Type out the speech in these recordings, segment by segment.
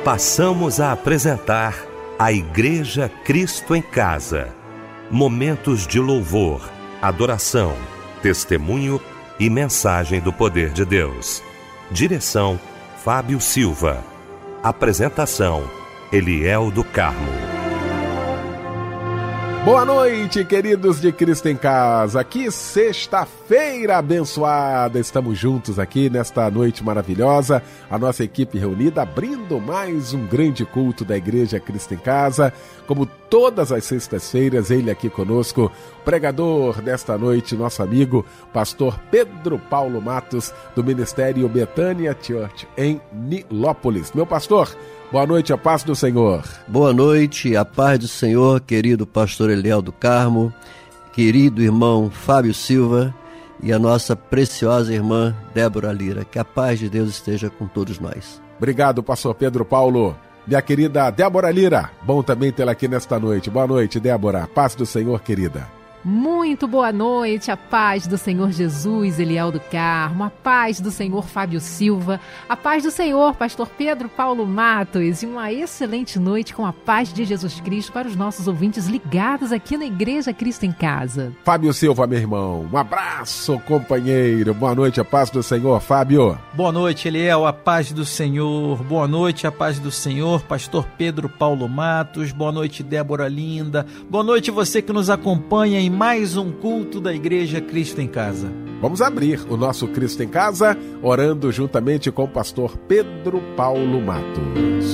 Passamos a apresentar a Igreja Cristo em Casa. Momentos de louvor, adoração, testemunho e mensagem do poder de Deus. Direção: Fábio Silva. Apresentação: Eliel do Carmo. Boa noite, queridos de Cristo em Casa. Que sexta-feira abençoada. Estamos juntos aqui nesta noite maravilhosa. A nossa equipe reunida abrindo mais um grande culto da Igreja Cristo em Casa. Como todas as sextas-feiras, ele aqui conosco, pregador desta noite, nosso amigo, pastor Pedro Paulo Matos, do Ministério Betânia Church em Nilópolis. Meu pastor, boa noite, a paz do Senhor. Boa noite, a paz do Senhor, querido pastor Eliel do Carmo, querido irmão Fábio Silva e a nossa preciosa irmã Débora Lira. Que a paz de Deus esteja com todos nós. Obrigado, pastor Pedro Paulo. Minha querida Débora Lira, bom também tê-la aqui nesta noite. Boa noite, Débora. Paz do Senhor, querida. Muito boa noite, a paz do Senhor Jesus, Eliel do Carmo, a paz do Senhor Fábio Silva, a paz do Senhor pastor Pedro Paulo Matos e uma excelente noite com a paz de Jesus Cristo para os nossos ouvintes ligados aqui na Igreja Cristo em Casa. Fábio Silva, meu irmão, um abraço, companheiro. Boa noite, a paz do Senhor, Fábio. Boa noite, Eliel, a paz do Senhor. Boa noite, a paz do Senhor, pastor Pedro Paulo Matos. Boa noite, Débora Linda. Boa noite, você que nos acompanha em mais um culto da Igreja Cristo em Casa. Vamos abrir o nosso Cristo em Casa, orando juntamente com o pastor Pedro Paulo Matos.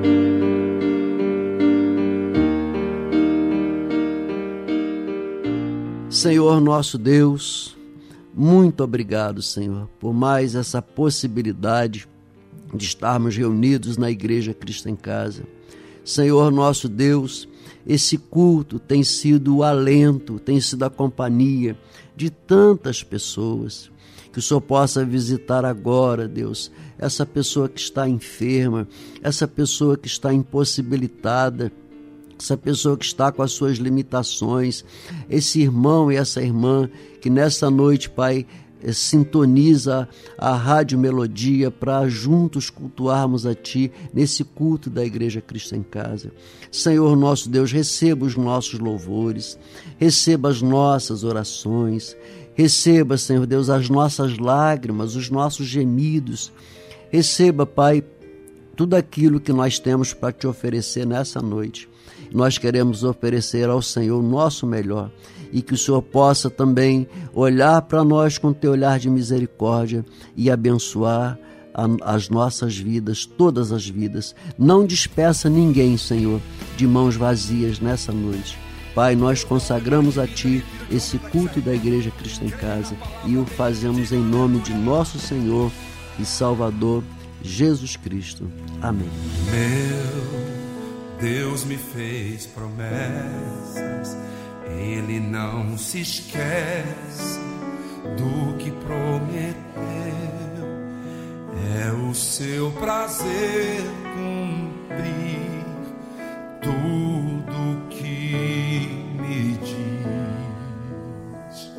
Senhor nosso Deus, muito obrigado, Senhor, por mais essa possibilidade de estarmos reunidos na Igreja Cristo em Casa. Senhor nosso Deus, esse culto tem sido o alento, tem sido a companhia de tantas pessoas. Que o Senhor possa visitar agora, Deus, essa pessoa que está enferma, essa pessoa que está impossibilitada, essa pessoa que está com as suas limitações, esse irmão e essa irmã que nessa noite, Pai, sintoniza a Rádio Melodia para juntos cultuarmos a Ti nesse culto da Igreja Cristo em Casa. Senhor nosso Deus, receba os nossos louvores, receba as nossas orações, receba, Senhor Deus, as nossas lágrimas, os nossos gemidos. Receba, Pai, tudo aquilo que nós temos para Te oferecer nessa noite. Nós queremos oferecer ao Senhor o nosso melhor e que o Senhor possa também olhar para nós com Teu olhar de misericórdia e abençoar as nossas vidas, todas as vidas. Não despeça ninguém, Senhor, de mãos vazias nessa noite. Pai, nós consagramos a Ti esse culto da Igreja Cristo em Casa e o fazemos em nome de nosso Senhor e Salvador Jesus Cristo. Amém. Meu Deus me fez promessas, Ele não se esquece do que prometeu. É o seu prazer cumprir tudo que me diz.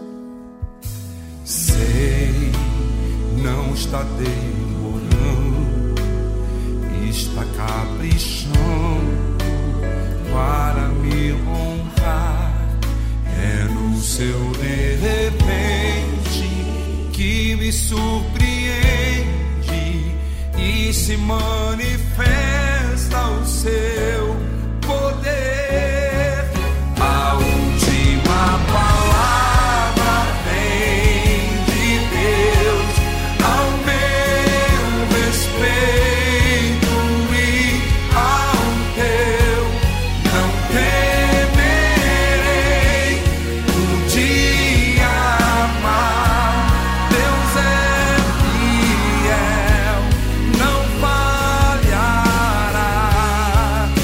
Sei, não está demorando, está caprichando para me honrar. É no seu de repente que me surpreende e se manifesta o seu poder. A última palavra vem de Deus ao meu respeito e ao teu. Não temerei um dia amar. Deus é fiel, não falhará.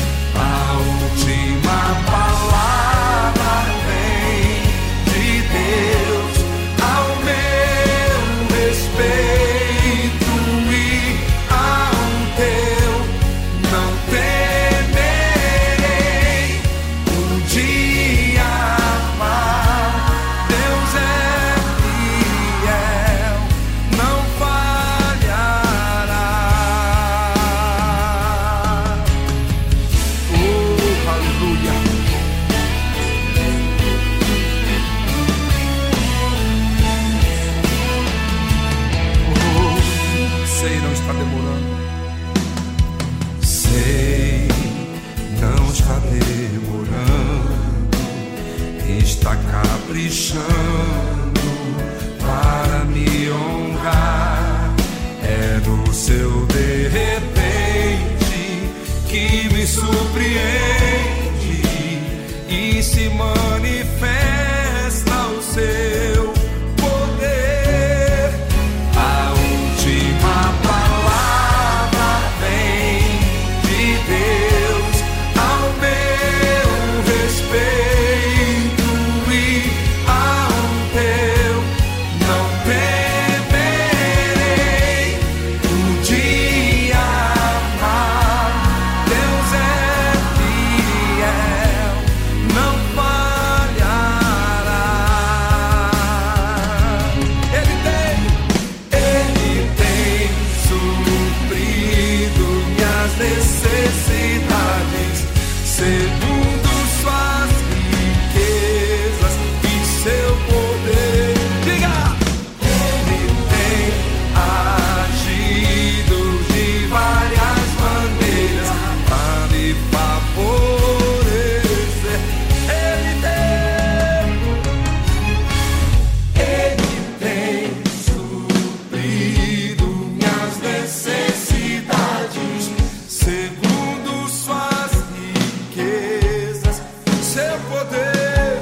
para me honrar. É no seu de repente que me surpreende e se manifesta o seu poder. A última palavra vem de Deus ao meu respeito e ao teu. Não temerei o dia mal. Deus é fiel, não falhará. Ele tem suprido minhas necessidades, segundo suas riquezas e seu poder. Diga! Ele tem agido de várias maneiras para me favorecer. Ele tem suprido minhas necessidades, segundo suas riquezas, seu poder.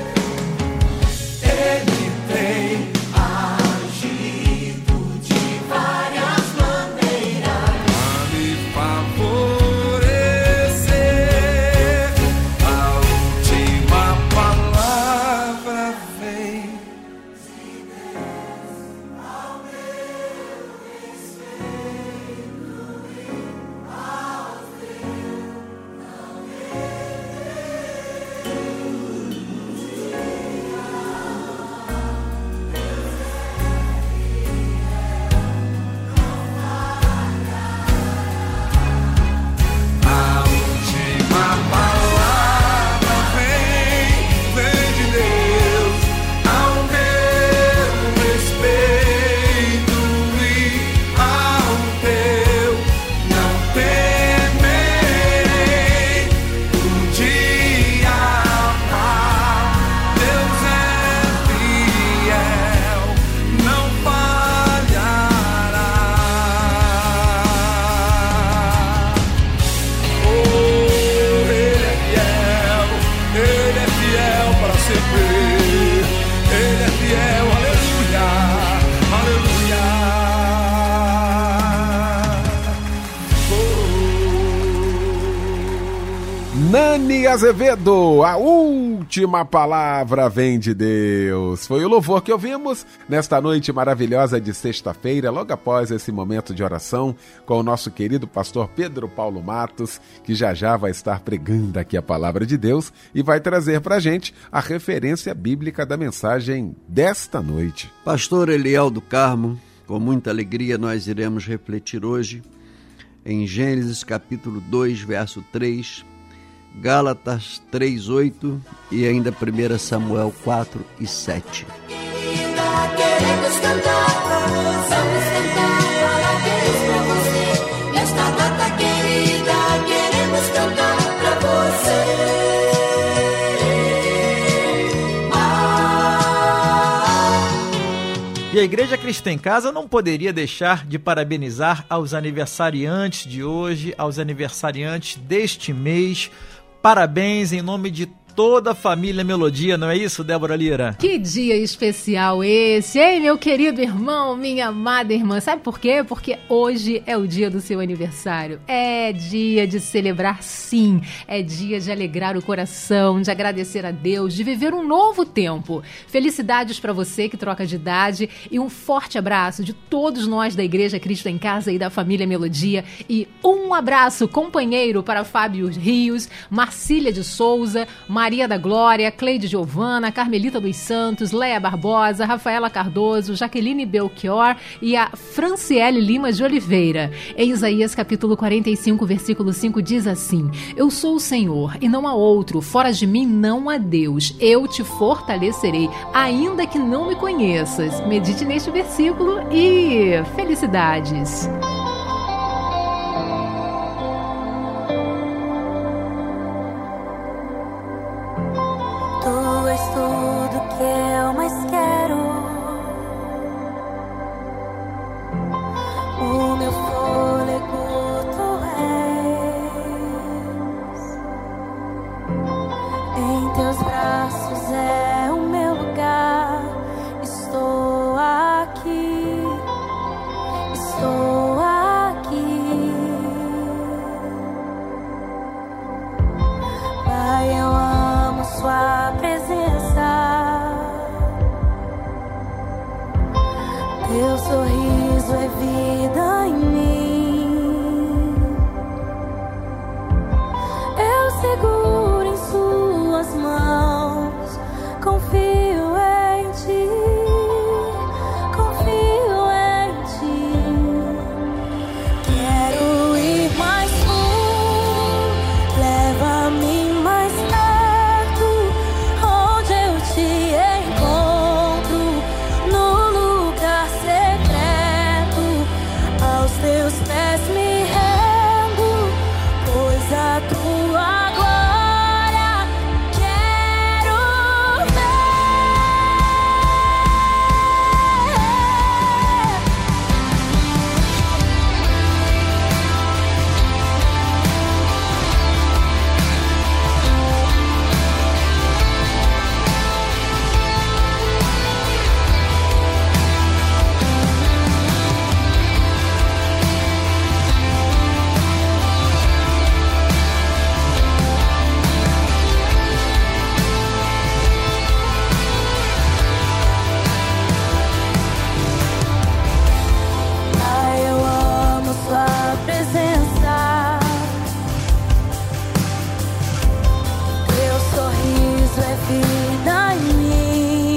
Ele tem agido de várias maneiras para me favorecer. A última palavra vem. A última palavra vem de Deus ao meu respeito e ao teu. Não temerei o dia mal. Deus é fiel, não falhará. Oh, Ele é fiel para sempre. Ele é fiel, aleluia, aleluia. Nani Azevedo, a última palavra vem de Deus. Foi o louvor que ouvimos nesta noite maravilhosa de sexta-feira, logo após esse momento de oração com o nosso querido pastor Pedro Paulo Matos, que já vai estar pregando aqui a palavra de Deus e vai trazer para a gente a referência bíblica da mensagem desta noite. Pastor Eliel do Carmo, com muita alegria nós iremos refletir hoje em Gênesis capítulo 2, verso 3, Gálatas 3:8 e ainda 1 Samuel 4:7. Queremos cantar, vamos cantar parabéns pra você. Nesta data querida, queremos cantar pra você. E a Igreja Cristo em Casa não poderia deixar de parabenizar aos aniversariantes de hoje, aos aniversariantes deste mês. Parabéns em nome de toda a família Melodia, não é isso, Débora Lira? Que dia especial esse, hein, meu querido irmão, minha amada irmã. Sabe por quê? Porque hoje é o dia do seu aniversário. É dia de celebrar, sim. É dia de alegrar o coração, de agradecer a Deus, de viver um novo tempo. Felicidades para você que troca de idade e um forte abraço de todos nós da Igreja Cristo em Casa e da família Melodia. E um abraço companheiro para Fábio Rios, Marcília de Souza, Maria da Glória, Cleide Giovana, Carmelita dos Santos, Leia Barbosa, Rafaela Cardoso, Jaqueline Belchior e a Franciele Lima de Oliveira. Em Isaías capítulo 45, versículo 5 diz assim: Eu sou o Senhor e não há outro, fora de mim não há Deus. Eu te fortalecerei, ainda que não me conheças. Medite neste versículo e felicidades! Tu és tudo que eu mais quero. Teu sorriso é vida em mim. Eu seguro em suas mãos, confio em ti, confio em ti. Quero ir mais fundo, leva-me mais perto, onde eu te encontro, no lugar secreto. Aos teus pés me rendo, pois a tua glória quero ver. Pai, eu amo sua presença. Teu sorriso é vida em mim.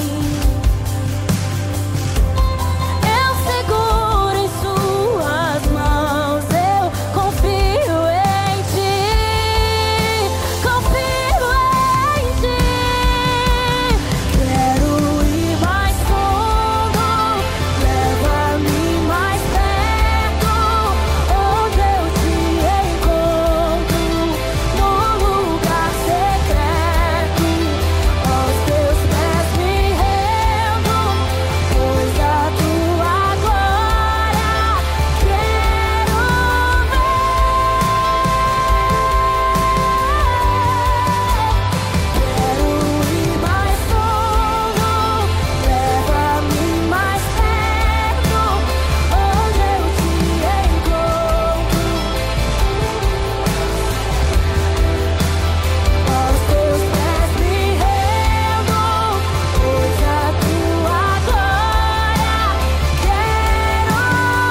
Eu seguro em suas mãos, eu confio em ti, confio em ti. Quero ir mais fundo, leva-me mais perto, onde eu te encontro, no lugar secreto. Aos teus pés me rendo, pois a tua glória quero ver. Quero ir mais fundo, leva-me mais perto, onde eu te encontro. Aos teus pés me rendo, pois a tua glória quero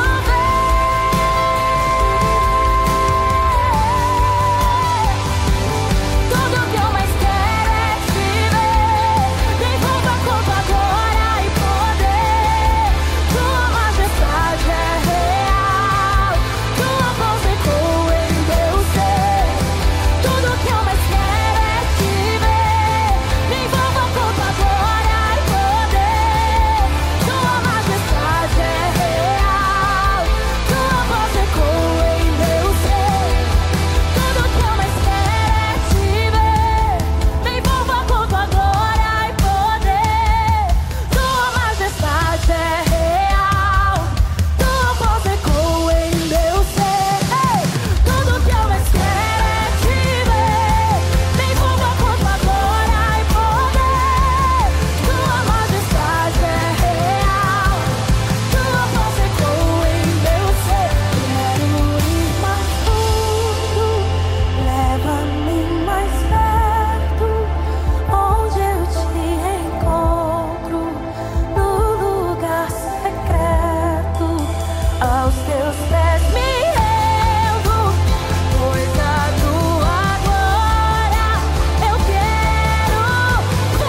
ver. Tudo que eu mais quero é te ver. Me envolva com tua glória e poder. Tua majestade é real, tua voz ecoa em meu ser. Tudo que eu mais quero é te ver. Me envolva com tua glória e poder. Tua majestade é real, tua voz ecoa em meu ser. Tudo que eu mais quero é te ver. Me envolva com tua glória e poder. Tua majestade é real, tua voz ecoa em meu ser. Tudo que eu mais quero é te ver. Me envolva com tua glória e poder. Tua majestade é real, tua voz ecoa em meu ser. Quero ir mais fundo, leva-me mais perto, onde eu te encontro, no lugar secreto. Aos teus pés me rendo, pois a tua glória eu quero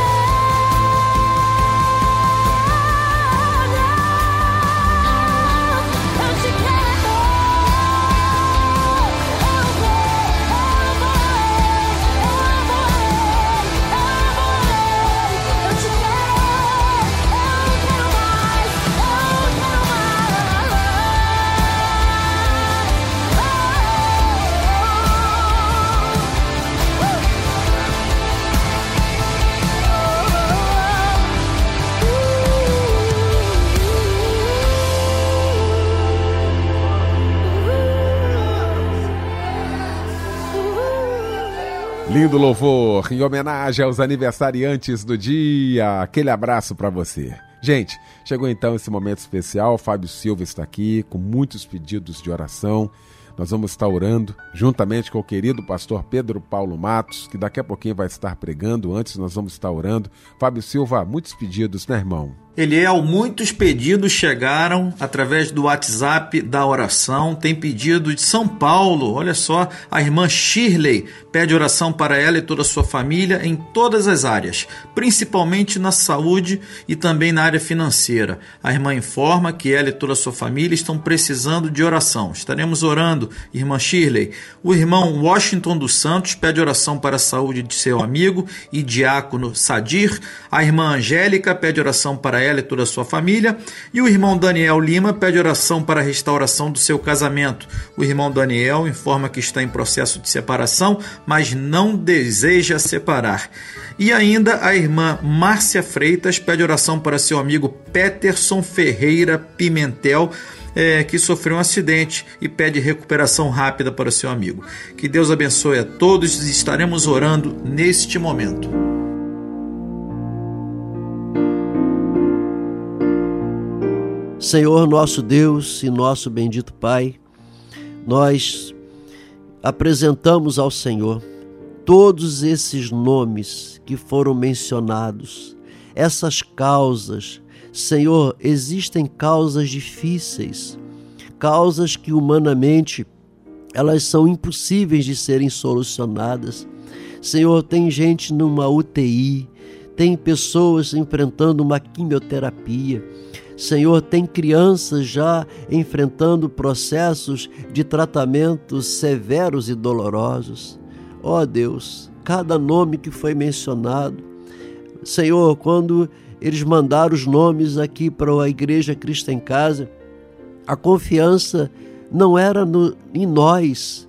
ver. Eu te quero, eu te quero mais, Lindo louvor, em homenagem aos aniversariantes do dia. Aquele abraço para você. Gente, chegou então esse momento especial. Fábio Silva está aqui com muitos pedidos de oração. Nós vamos estar orando juntamente com o querido pastor Pedro Paulo Matos, que daqui a pouquinho vai estar pregando. Antes nós vamos estar orando. Fábio Silva, muitos pedidos, né, irmão? Eliel, muitos pedidos chegaram através do WhatsApp da oração. Tem pedido de São Paulo. Olha só, a irmã Shirley pede oração para ela e toda a sua família em todas as áreas, principalmente na saúde e também na área financeira. A irmã informa que ela e toda a sua família estão precisando de oração. Estaremos orando, irmã Shirley. O irmão Washington dos Santos pede oração para a saúde de seu amigo e diácono Sadir. A irmã Angélica pede oração para ela e toda a sua família, e o irmão Daniel Lima pede oração para a restauração do seu casamento. O irmão Daniel informa que está em processo de separação, mas não deseja separar. E ainda a irmã Márcia Freitas pede oração para seu amigo Peterson Ferreira Pimentel, que sofreu um acidente, e pede recuperação rápida para o seu amigo. Que Deus abençoe a todos e estaremos orando neste momento. Senhor nosso Deus e nosso bendito Pai, nós apresentamos ao Senhor todos esses nomes que foram mencionados, essas causas. Senhor, existem causas difíceis, causas que humanamente elas são impossíveis de serem solucionadas. Senhor, tem gente numa UTI, tem pessoas enfrentando uma quimioterapia. Senhor, tem crianças já enfrentando processos de tratamentos severos e dolorosos. Ó Deus, cada nome que foi mencionado. Senhor, quando eles mandaram os nomes aqui para a Igreja Cristo em Casa, a confiança não era em nós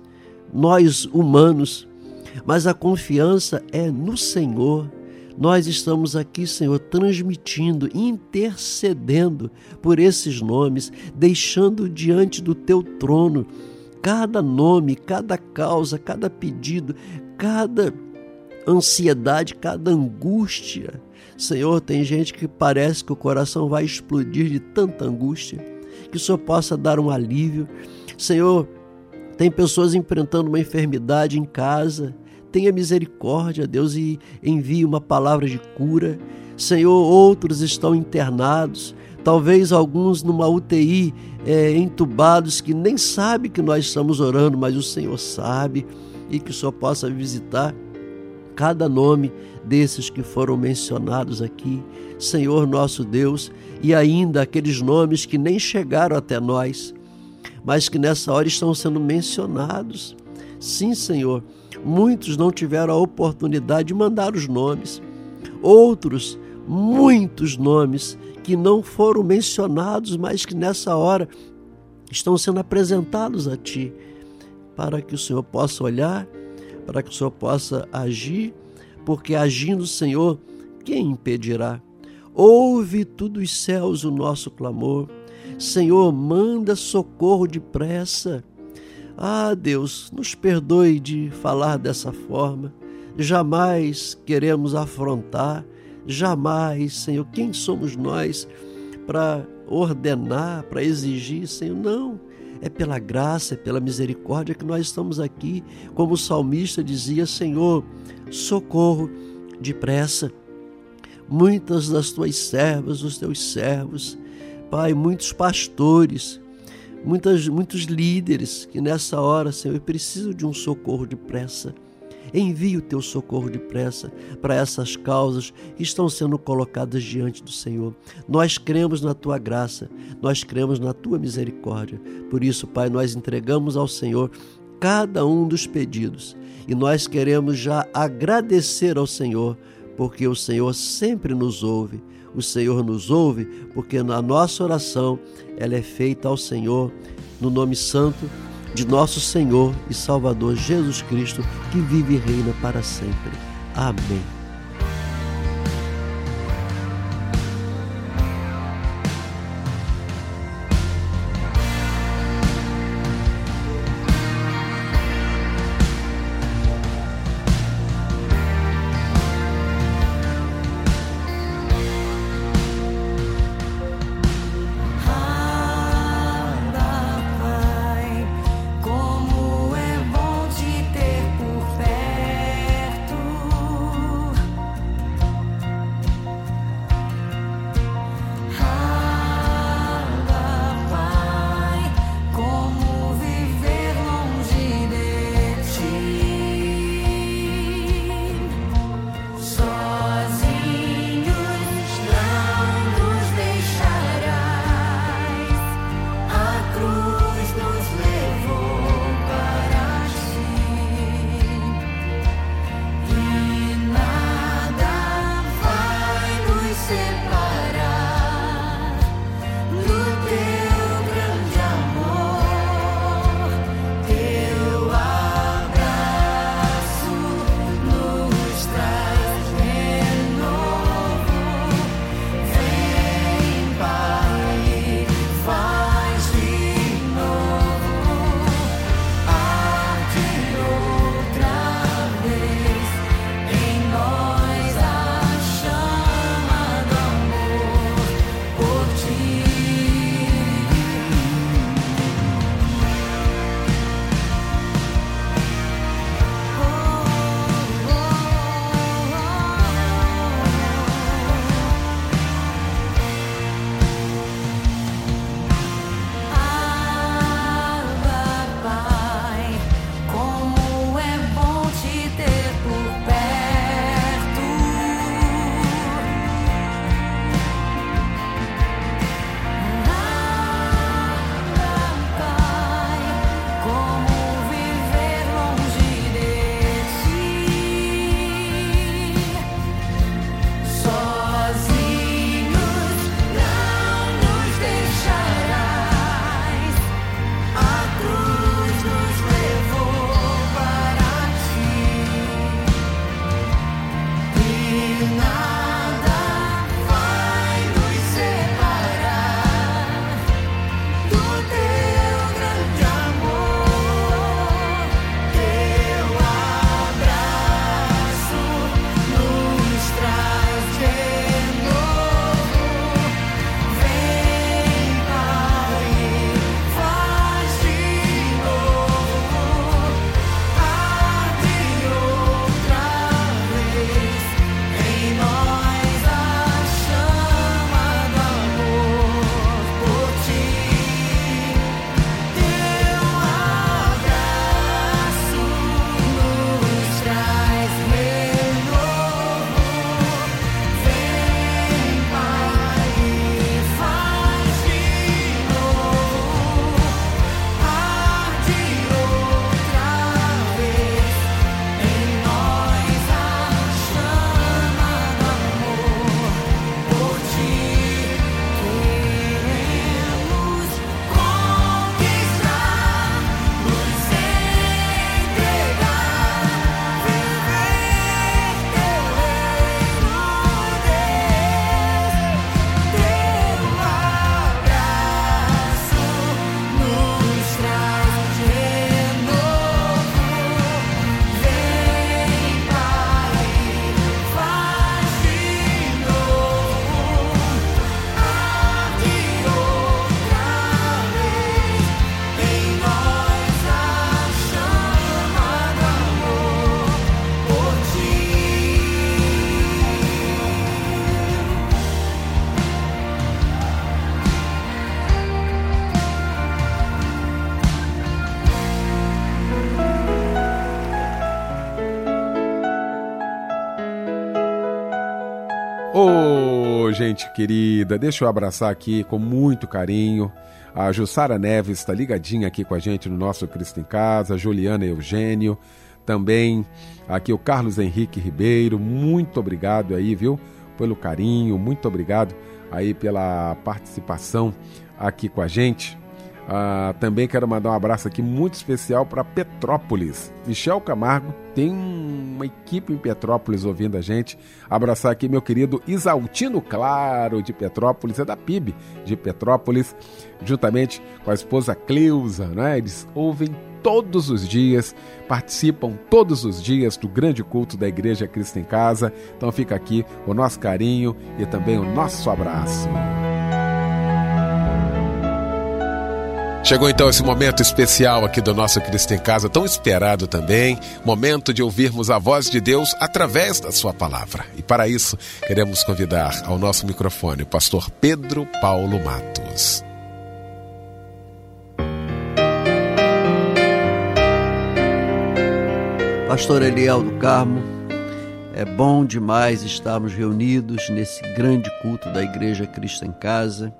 humanos, mas a confiança é no Senhor. Nós estamos aqui, Senhor, transmitindo, intercedendo por esses nomes, deixando diante do Teu trono cada nome, cada causa, cada pedido, cada ansiedade, cada angústia. Senhor, tem gente que parece que o coração vai explodir de tanta angústia, que o Senhor possa dar um alívio. Senhor, tem pessoas enfrentando uma enfermidade em casa. Tenha misericórdia, Deus, e envie uma palavra de cura. Senhor, outros estão internados, talvez alguns numa UTI, entubados, que nem sabe que nós estamos orando, mas o Senhor sabe, e que o Senhor possa visitar cada nome desses que foram mencionados aqui, Senhor nosso Deus, e ainda aqueles nomes que nem chegaram até nós, mas que nessa hora estão sendo mencionados. Sim, Senhor, muitos não tiveram a oportunidade de mandar os nomes. Outros, muitos nomes que não foram mencionados, mas que nessa hora estão sendo apresentados a Ti, para que o Senhor possa olhar, para que o Senhor possa agir, porque agindo, Senhor, quem impedirá? Ouve tu dos céus o nosso clamor. Senhor, manda socorro depressa. Ah, Deus, nos perdoe de falar dessa forma. Jamais queremos afrontar, jamais, Senhor, quem somos nós para ordenar, para exigir, Senhor? Não, é pela graça, é pela misericórdia que nós estamos aqui. Como o salmista dizia, Senhor, socorro depressa. Muitas das tuas servas, os teus servos, Pai, muitos pastores, muitos líderes que nessa hora, Senhor, precisam de um socorro depressa. Envie o teu socorro depressa para essas causas que estão sendo colocadas diante do Senhor. Nós cremos na tua graça, nós cremos na tua misericórdia. Por isso, Pai, nós entregamos ao Senhor cada um dos pedidos e nós queremos já agradecer ao Senhor, porque o Senhor sempre nos ouve. O Senhor nos ouve porque na nossa oração ela é feita ao Senhor no nome santo de nosso Senhor e Salvador Jesus Cristo, que vive e reina para sempre. Amém. Como é bom te ter por perto. gente querida, deixa eu abraçar aqui com muito carinho. A Jussara Neves está ligadinha aqui com a gente no nosso Cristo em Casa, a Juliana Eugênio, também aqui o Carlos Henrique Ribeiro, muito obrigado aí, viu, pelo carinho, muito obrigado aí pela participação aqui com a gente. Também quero mandar um abraço aqui muito especial para Petrópolis. Michel Camargo tem uma equipe em Petrópolis ouvindo a gente. Abraçar aqui meu querido Isaltino Claro de Petrópolis, é da PIB de Petrópolis, juntamente com a esposa Cleusa, né? Eles ouvem todos os dias, participam todos os dias do grande culto da Igreja Cristo em Casa. Então fica aqui o nosso carinho e também o nosso abraço. Chegou então esse momento especial aqui do nosso Cristo em Casa, tão esperado também, momento de ouvirmos a voz de Deus através da sua palavra. E para isso, queremos convidar ao nosso microfone o pastor Pedro Paulo Matos. Pastor Eliel do Carmo, é bom demais estarmos reunidos nesse grande culto da Igreja Cristo em Casa,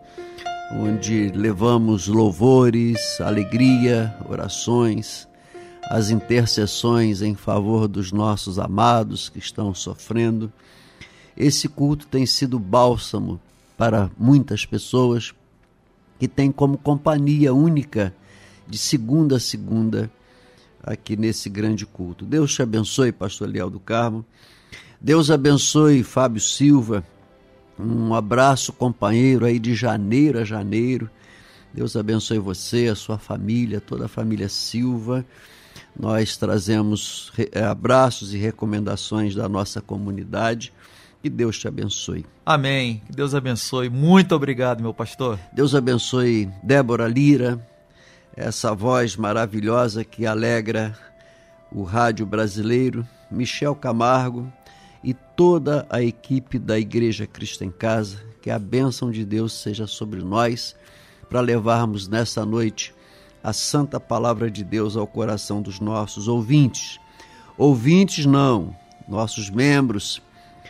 onde levamos louvores, alegria, orações, as intercessões em favor dos nossos amados que estão sofrendo. Esse culto tem sido bálsamo para muitas pessoas que têm como companhia única de segunda a segunda aqui nesse grande culto. Deus te abençoe, pastor Eliel do Carmo. Deus abençoe Fábio Silva. Um abraço, companheiro, aí de janeiro a janeiro. Deus abençoe você, a sua família, toda a família Silva. Nós trazemos abraços e recomendações da nossa comunidade. Que Deus te abençoe. Amém. Que Deus abençoe. Muito obrigado, meu pastor. Deus abençoe Débora Lira, essa voz maravilhosa que alegra o rádio brasileiro. Michel Camargo e toda a equipe da Igreja Cristo em Casa, que a bênção de Deus seja sobre nós, para levarmos nessa noite a santa palavra de Deus ao coração dos nossos ouvintes. Ouvintes não, nossos membros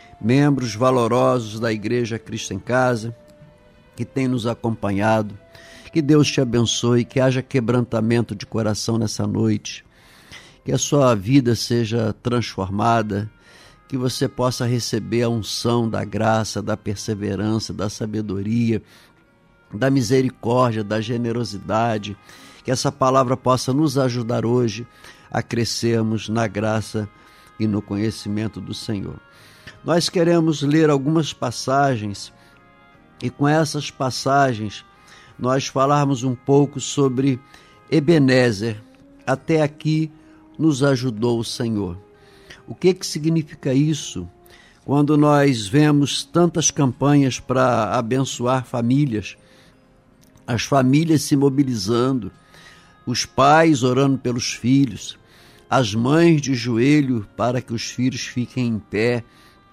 valorosos da Igreja Cristo em Casa, que tem nos acompanhado. Que Deus te abençoe, que haja quebrantamento de coração nessa noite, que a sua vida seja transformada, que você possa receber a unção da graça, da perseverança, da sabedoria, da misericórdia, da generosidade, que essa palavra possa nos ajudar hoje a crescermos na graça e no conhecimento do Senhor. Nós queremos ler algumas passagens e com essas passagens nós falarmos um pouco sobre Ebenezer. Até aqui nos ajudou o Senhor. O que significa isso? Quando nós vemos tantas campanhas para abençoar famílias, as famílias se mobilizando, os pais orando pelos filhos, as mães de joelho para que os filhos fiquem em pé,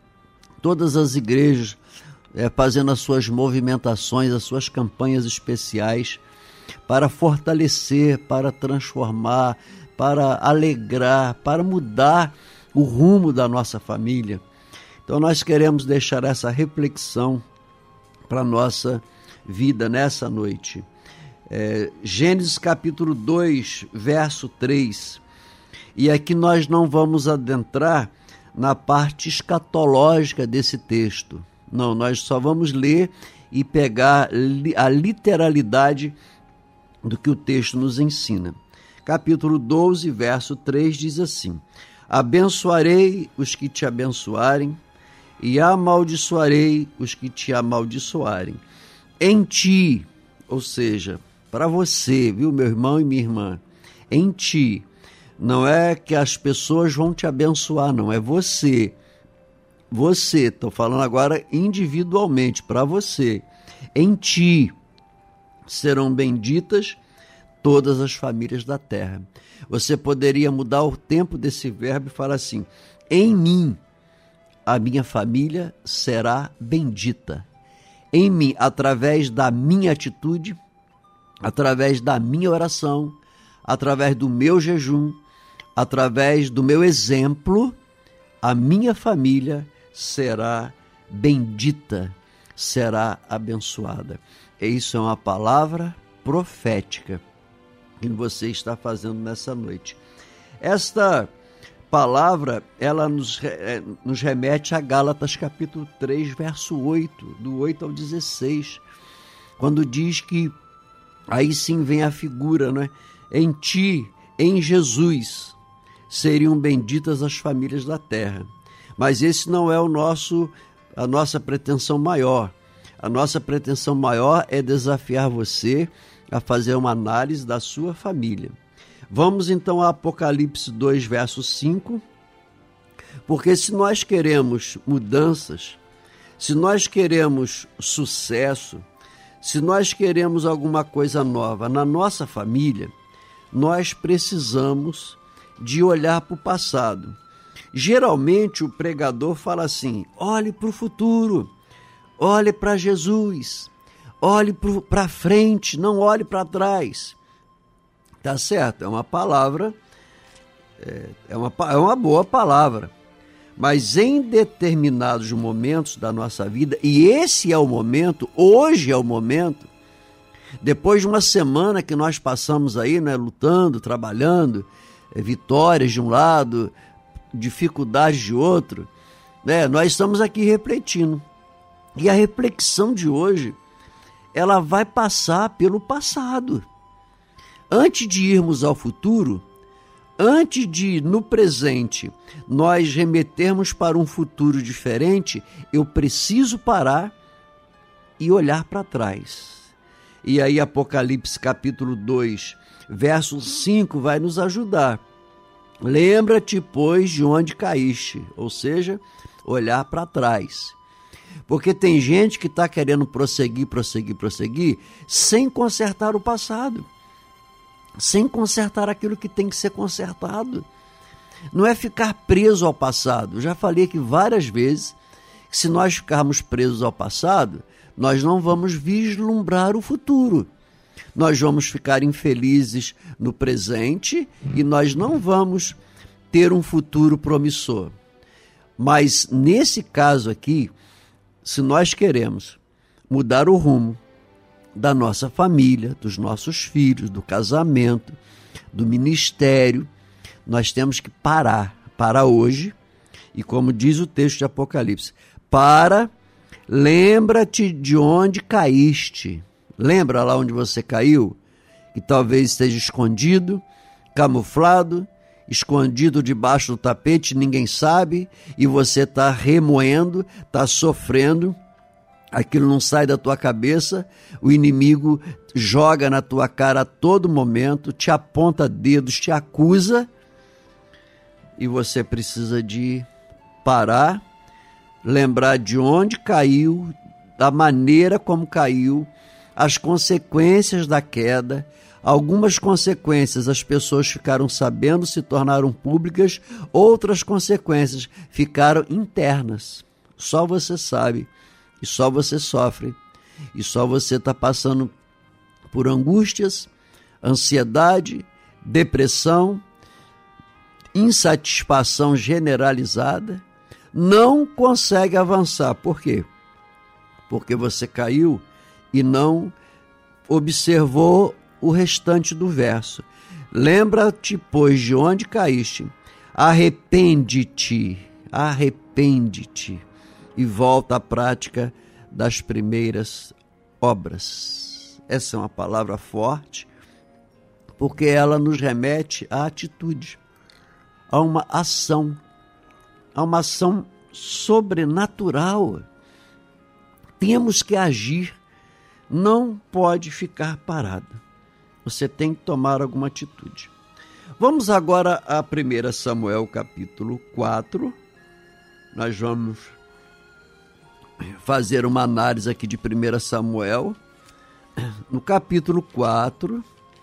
todas as igrejas fazendo as suas movimentações, as suas campanhas especiais para fortalecer, para transformar, para alegrar, para mudar o rumo da nossa família. Então nós queremos deixar essa reflexão para a nossa vida nessa noite. Gênesis capítulo 2, verso 3. E aqui nós não vamos adentrar na parte escatológica desse texto. Não, nós só vamos ler e pegar a literalidade do que o texto nos ensina. Capítulo 12, verso 3 diz assim: abençoarei os que te abençoarem e amaldiçoarei os que te amaldiçoarem. Em ti, ou seja, para você, viu, meu irmão e minha irmã, em ti, não é que as pessoas vão te abençoar, não, é você. Você, estou falando agora individualmente, para você. Em ti serão benditas todas as famílias da terra. Você poderia mudar o tempo desse verbo e falar assim: em mim a minha família será bendita. Em mim, através da minha atitude, através da minha oração, através do meu jejum, através do meu exemplo, a minha família será bendita, será abençoada. E isso é uma palavra profética que você está fazendo nessa noite. Esta palavra, ela nos remete a Gálatas capítulo 3, verso 8, do 8 ao 16, quando diz que aí sim vem a figura, né? Em ti, em Jesus, seriam benditas as famílias da terra. Mas esse não é a nossa pretensão maior. A nossa pretensão maior é desafiar você a fazer uma análise da sua família. Vamos então a Apocalipse 2, verso 5, porque se nós queremos mudanças, se nós queremos sucesso, se nós queremos alguma coisa nova na nossa família, nós precisamos de olhar para o passado. Geralmente o pregador fala assim: olhe para o futuro, olhe para Jesus, olhe para frente, não olhe para trás. Tá certo? É uma palavra, é uma boa palavra, mas em determinados momentos da nossa vida, e esse é o momento, hoje é o momento, depois de uma semana que nós passamos aí, né, lutando, trabalhando, vitórias de um lado, dificuldades de outro, né, nós estamos aqui refletindo. E a reflexão de hoje, ela vai passar pelo passado. Antes de irmos ao futuro, antes de, no presente, nós remetermos para um futuro diferente, eu preciso parar e olhar para trás. E aí Apocalipse capítulo 2, verso 5 vai nos ajudar. Lembra-te, pois, de onde caíste, ou seja, olhar para trás. Porque tem gente que está querendo prosseguir, sem consertar o passado, sem consertar aquilo que tem que ser consertado. Não é ficar preso ao passado. Eu já falei aqui várias vezes que se nós ficarmos presos ao passado, nós não vamos vislumbrar o futuro. Nós vamos ficar infelizes no presente e nós não vamos ter um futuro promissor. Mas nesse caso aqui, se nós queremos mudar o rumo da nossa família, dos nossos filhos, do casamento, do ministério, nós temos que parar hoje, e como diz o texto de Apocalipse, lembra-te de onde caíste. Lembra lá onde você caiu? Que talvez esteja escondido, camuflado, escondido debaixo do tapete, ninguém sabe, e você está remoendo, está sofrendo, aquilo não sai da tua cabeça, o inimigo joga na tua cara a todo momento, te aponta dedos, te acusa, e você precisa de parar, lembrar de onde caiu, da maneira como caiu, as consequências da queda. Algumas consequências as pessoas ficaram sabendo, se tornaram públicas, outras consequências ficaram internas. Só você sabe, e só você sofre, e só você está passando por angústias, ansiedade, depressão, insatisfação generalizada, não consegue avançar. Por quê? Porque você caiu e não observou o restante do verso. Lembra-te, pois, de onde caíste, arrepende-te e volta à prática das primeiras obras. Essa é uma palavra forte, porque ela nos remete à atitude, a uma ação sobrenatural. Temos que agir, não pode ficar parado. Você tem que tomar alguma atitude. Vamos agora a 1 Samuel capítulo 4. Nós vamos fazer uma análise aqui de 1 Samuel. No capítulo 4,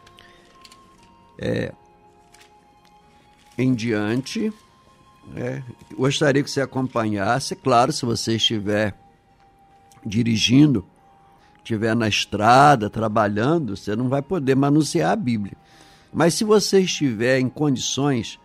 em diante, gostaria que você acompanhasse. Claro, se você estiver dirigindo, estiver na estrada, trabalhando, você não vai poder manusear a Bíblia. Mas se você estiver em condições,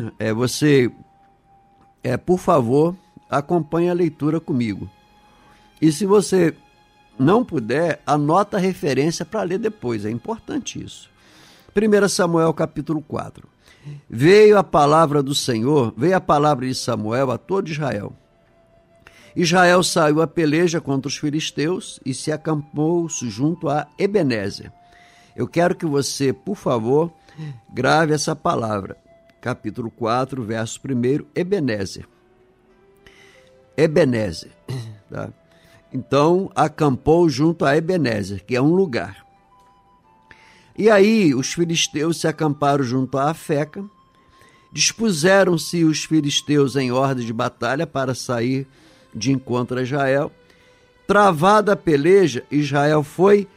por favor, acompanhe a leitura comigo. E se você não puder, anota a referência para ler depois, é importante isso. 1 Samuel capítulo 4. Veio a palavra do Senhor, veio a palavra de Samuel a todo Israel. Israel saiu a peleja contra os filisteus e se acampou junto a Ebenezer. Eu quero que você, por favor, grave essa palavra. Capítulo 4, verso 1, Ebenezer. Ebenezer. Tá? Então, acampou junto a Ebenezer, que é um lugar. E aí, os filisteus se acamparam junto a Afeca. Dispuseram-se os filisteus em ordem de batalha para sair de encontro a Israel. Travada a peleja, Israel foi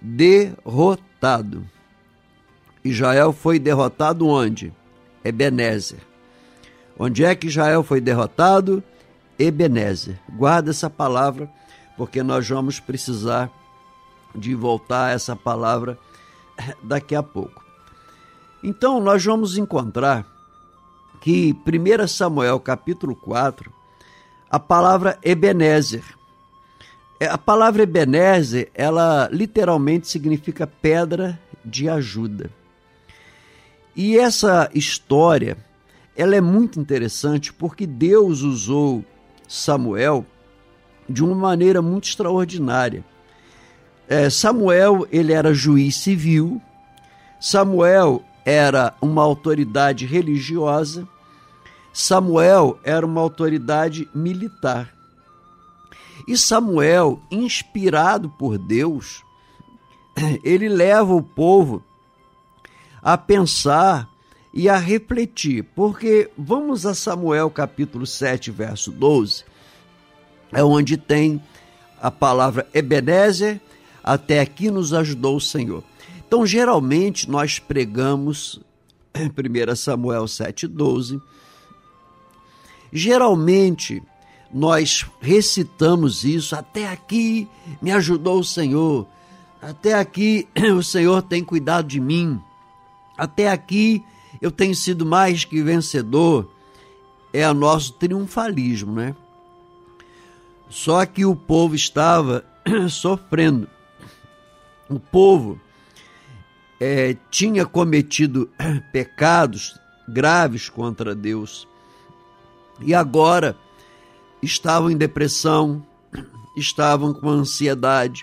derrotado. Israel foi derrotado onde? Ebenezer. Onde é que Israel foi derrotado? Ebenezer. Guarda essa palavra, porque nós vamos precisar de voltar a essa palavra daqui a pouco. Então, nós vamos encontrar que 1 Samuel capítulo 4, a palavra Ebenezer. A palavra Ebenezer, ela literalmente significa pedra de ajuda. E essa história, ela é muito interessante porque Deus usou Samuel de uma maneira muito extraordinária. Samuel, ele era juiz civil, Samuel era uma autoridade religiosa, Samuel era uma autoridade militar. E Samuel, inspirado por Deus, ele leva o povo a pensar e a refletir, porque vamos a Samuel capítulo 7, verso 12, é onde tem a palavra Ebenezer, até aqui nos ajudou o Senhor. Então, geralmente, nós pregamos 1 Samuel 7, 12, geralmente, nós recitamos isso, até aqui me ajudou o Senhor, até aqui o Senhor tem cuidado de mim, até aqui eu tenho sido mais que vencedor. É o nosso triunfalismo, né? Só que o povo estava sofrendo. O povo tinha cometido pecados graves contra Deus. E agora estavam em depressão, estavam com ansiedade.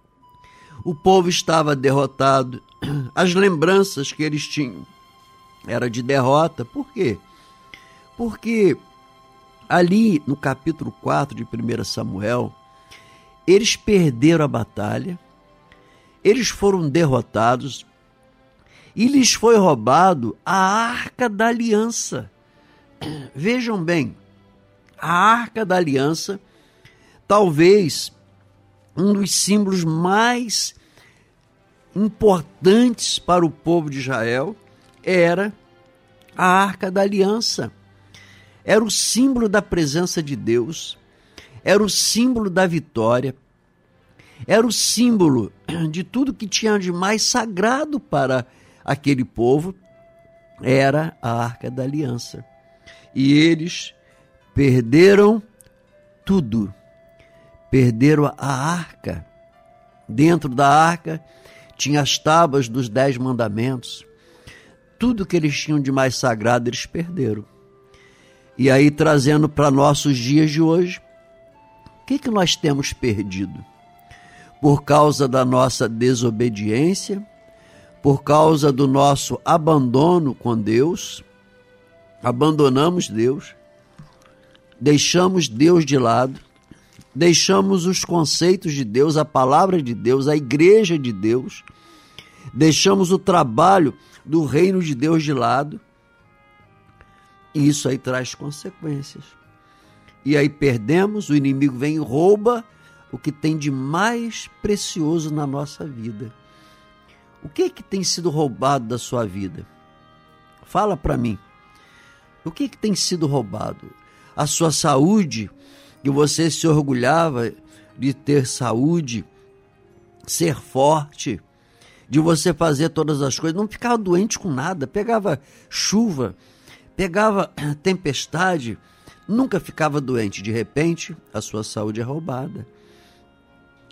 O povo estava derrotado. As lembranças que eles tinham era de derrota. Por quê? Porque ali no capítulo 4 de 1 Samuel, eles perderam a batalha, eles foram derrotados e lhes foi roubado a Arca da Aliança. Vejam bem, a Arca da Aliança, talvez um dos símbolos mais importantes para o povo de Israel, era a Arca da Aliança. Era o símbolo da presença de Deus, era o símbolo da vitória, era o símbolo de tudo que tinha de mais sagrado para aquele povo, era a Arca da Aliança. E eles perderam tudo, perderam a arca. Dentro da arca tinha as tábuas dos 10 mandamentos, tudo que eles tinham de mais sagrado eles perderam. E aí, trazendo para nossos dias de hoje, o que nós temos perdido? Por causa da nossa desobediência, por causa do nosso abandono com Deus, abandonamos Deus, deixamos Deus de lado, deixamos os conceitos de Deus, a palavra de Deus, a igreja de Deus, deixamos o trabalho do reino de Deus de lado, e isso aí traz consequências. E aí perdemos, o inimigo vem e rouba o que tem de mais precioso na nossa vida. O que tem sido roubado da sua vida? Fala para mim. O que tem sido roubado? A sua saúde, que você se orgulhava de ter saúde, ser forte, de você fazer todas as coisas, não ficava doente com nada, pegava chuva, pegava tempestade, nunca ficava doente. De repente, a sua saúde é roubada.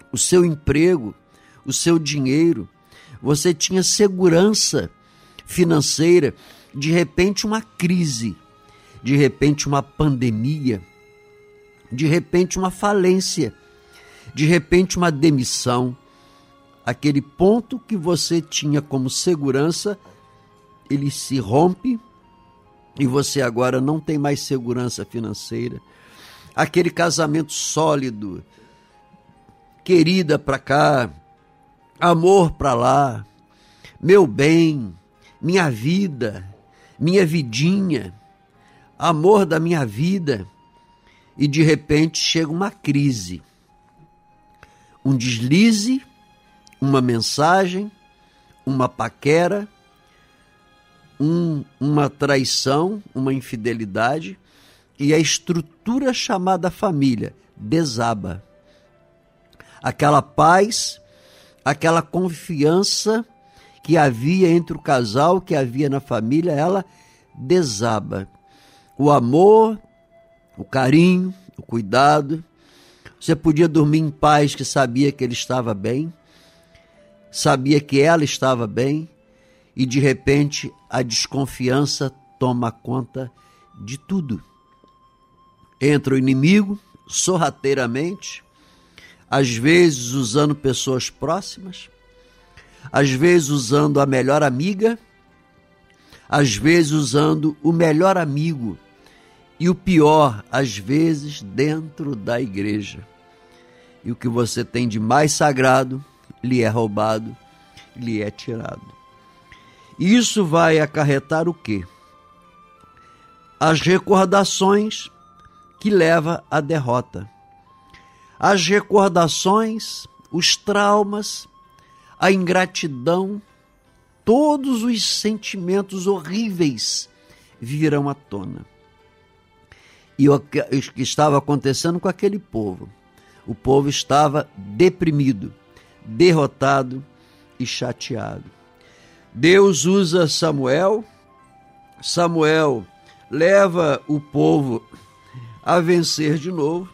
o seu emprego, o seu dinheiro, você tinha segurança financeira. De repente uma crise, de repente uma pandemia, de repente uma falência, de repente uma demissão. Aquele ponto que você tinha como segurança, ele se rompe e você agora não tem mais segurança financeira. Aquele casamento sólido, querida para cá, amor para lá, meu bem, minha vida, minha vidinha, amor da minha vida, e de repente chega uma crise, um deslize, uma mensagem, uma paquera, uma traição, uma infidelidade, e a estrutura chamada família desaba. Aquela paz, aquela confiança que havia entre o casal, que havia na família, ela desaba. O amor, o carinho, o cuidado. Você podia dormir em paz, que sabia que ele estava bem, sabia que ela estava bem, e de repente a desconfiança toma conta de tudo. Entra o inimigo sorrateiramente, às vezes usando pessoas próximas, às vezes usando a melhor amiga, às vezes usando o melhor amigo, e o pior, às vezes dentro da igreja. E o que você tem de mais sagrado lhe é roubado, lhe é tirado. E isso vai acarretar o quê? As recordações que levam à derrota. As recordações, os traumas, a ingratidão, todos os sentimentos horríveis virão à tona. E o que estava acontecendo com aquele povo? O povo estava deprimido, derrotado e chateado. Deus usa Samuel. Samuel leva o povo a vencer de novo.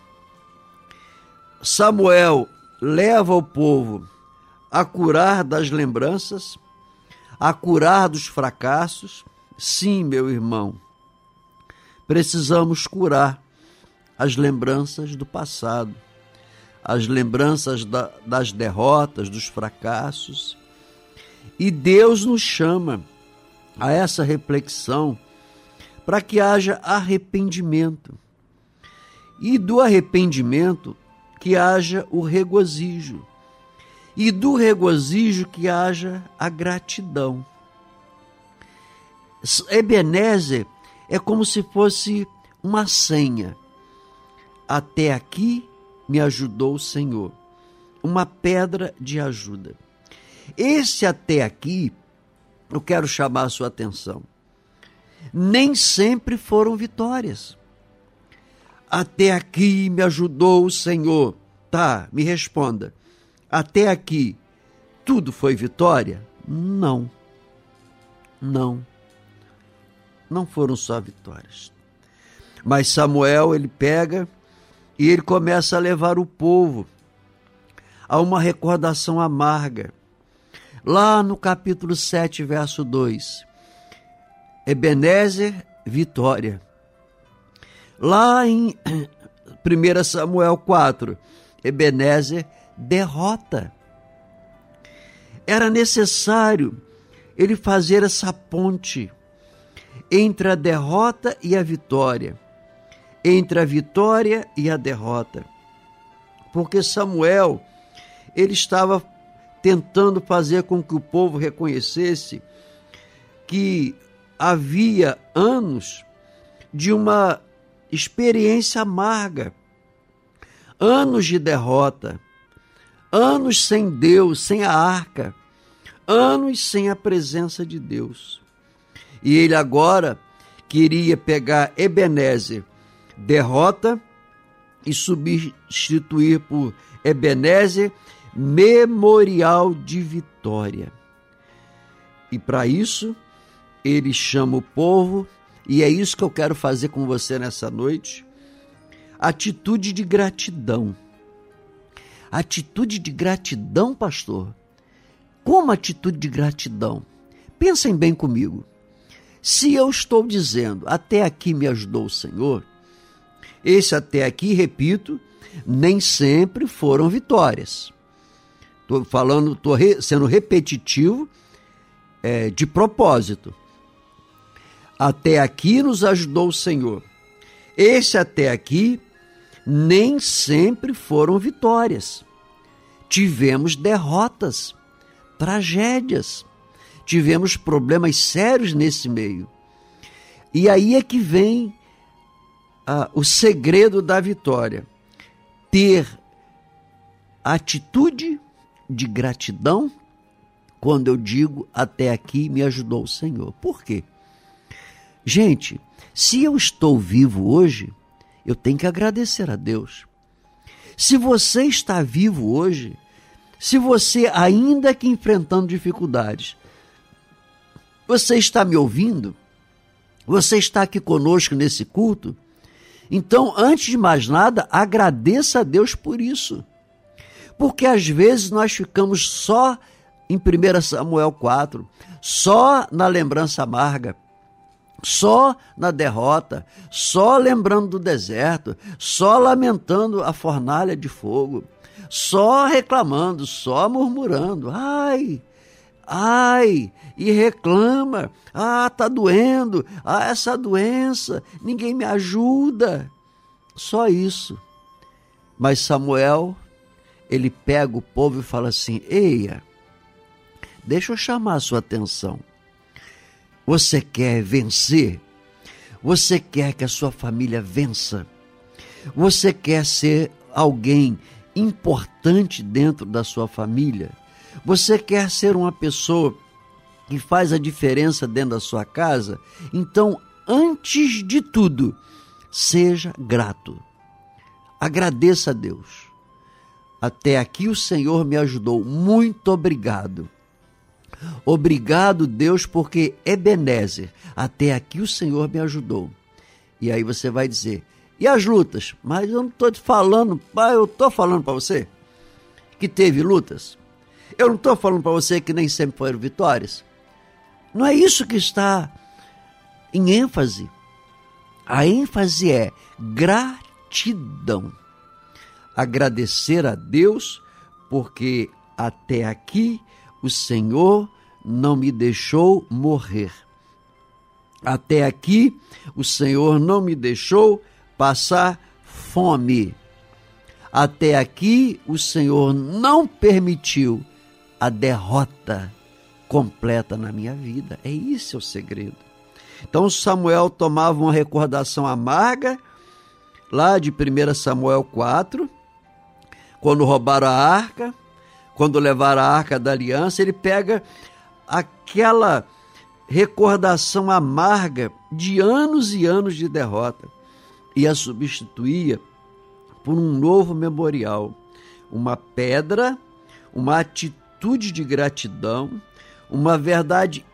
Samuel leva o povo a curar das lembranças, a curar dos fracassos. Sim, meu irmão, precisamos curar as lembranças do passado, as lembranças das derrotas, dos fracassos. E Deus nos chama a essa reflexão para que haja arrependimento. E do arrependimento que haja o regozijo. E do regozijo que haja a gratidão. Ebenezer é como se fosse uma senha. Até aqui me ajudou o Senhor. Uma pedra de ajuda. Esse até aqui, eu quero chamar a sua atenção. Nem sempre foram vitórias. Até aqui me ajudou o Senhor. Tá, me responda. Até aqui, tudo foi vitória? Não. Não. Não foram só vitórias. Mas Samuel, ele pega e ele começa a levar o povo a uma recordação amarga. Lá no capítulo 7, verso 2. Ebenezer, vitória. Lá em 1 Samuel 4, Ebenezer, derrota. Era necessário ele fazer essa ponte entre a derrota e a vitória, entre a vitória e a derrota. Porque Samuel, ele estava tentando fazer com que o povo reconhecesse que havia anos de uma experiência amarga, anos de derrota, anos sem Deus, sem a arca, anos sem a presença de Deus. E ele agora queria pegar Ebenezer, derrota, e substituir por Ebenezer, memorial de vitória. E para isso, ele chama o povo, e é isso que eu quero fazer com você nessa noite, atitude de gratidão. Atitude de gratidão, pastor? Como atitude de gratidão? Pensem bem comigo. Se eu estou dizendo, até aqui me ajudou o Senhor, esse até aqui, repito, nem sempre foram vitórias. Estou sendo repetitivo, de propósito. Até aqui nos ajudou o Senhor. Esse até aqui nem sempre foram vitórias. Tivemos derrotas, tragédias, tivemos problemas sérios nesse meio. E aí é que vem o segredo da vitória. Ter atitude de gratidão quando eu digo até aqui me ajudou o Senhor. Por quê? Gente, se eu estou vivo hoje, eu tenho que agradecer a Deus. Se você está vivo hoje, se você, ainda que enfrentando dificuldades, você está me ouvindo, você está aqui conosco nesse culto, então, antes de mais nada, agradeça a Deus por isso. Porque às vezes nós ficamos só em 1 Samuel 4, só na lembrança amarga, só na derrota, só lembrando do deserto, só lamentando a fornalha de fogo, só reclamando, só murmurando. Ai, e reclama. Tá doendo. Essa doença, ninguém me ajuda. Só isso. Mas Samuel, ele pega o povo e fala assim: eia, deixa eu chamar a sua atenção. Você quer vencer? Você quer que a sua família vença? Você quer ser alguém importante dentro da sua família? Você quer ser uma pessoa que faz a diferença dentro da sua casa? Então, antes de tudo, seja grato. Agradeça a Deus. Até aqui o Senhor me ajudou. Muito obrigado. Obrigado, Deus, porque Ebenezer, até aqui o Senhor me ajudou. E aí você vai dizer: e as lutas? Mas eu não estou te falando, eu estou falando para você que teve lutas. Eu não estou falando para você que nem sempre foram vitórias. Não é isso que está em ênfase. A ênfase é gratidão. Agradecer a Deus, porque até aqui o Senhor não me deixou morrer. Até aqui o Senhor não me deixou passar fome. Até aqui o Senhor não permitiu a derrota completa na minha vida. É isso o segredo. Então Samuel tomava uma recordação amarga, lá de 1 Samuel 4, quando roubaram a arca, quando levaram a arca da aliança, ele pega aquela recordação amarga de anos e anos de derrota e a substituía por um novo memorial, uma pedra, uma atitude de gratidão, uma verdade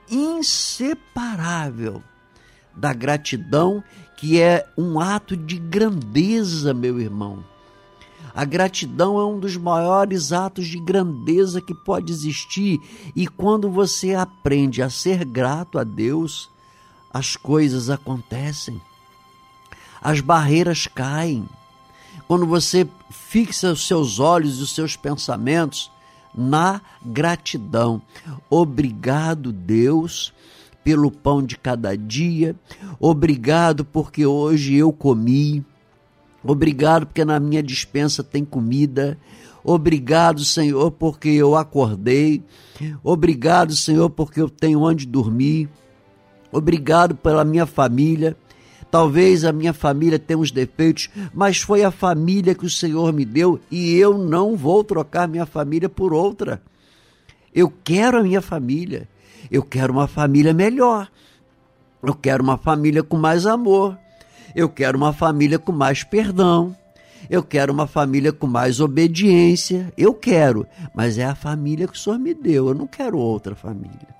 inseparável da gratidão, que é um ato de grandeza, meu irmão. A gratidão é um dos maiores atos de grandeza que pode existir, e quando você aprende a ser grato a Deus, as coisas acontecem, as barreiras caem. Quando você fixa os seus olhos e os seus pensamentos na gratidão. Obrigado, Deus, pelo pão de cada dia. Obrigado porque hoje eu comi. Obrigado porque na minha despensa tem comida. Obrigado, Senhor, porque eu acordei. Obrigado, Senhor, porque eu tenho onde dormir. Obrigado pela minha família. Talvez a minha família tenha uns defeitos, mas foi a família que o Senhor me deu e eu não vou trocar minha família por outra. Eu quero a minha família. Eu quero uma família melhor. Eu quero uma família com mais amor. Eu quero uma família com mais perdão. Eu quero uma família com mais obediência. Eu quero, mas é a família que o Senhor me deu. Eu não quero outra família.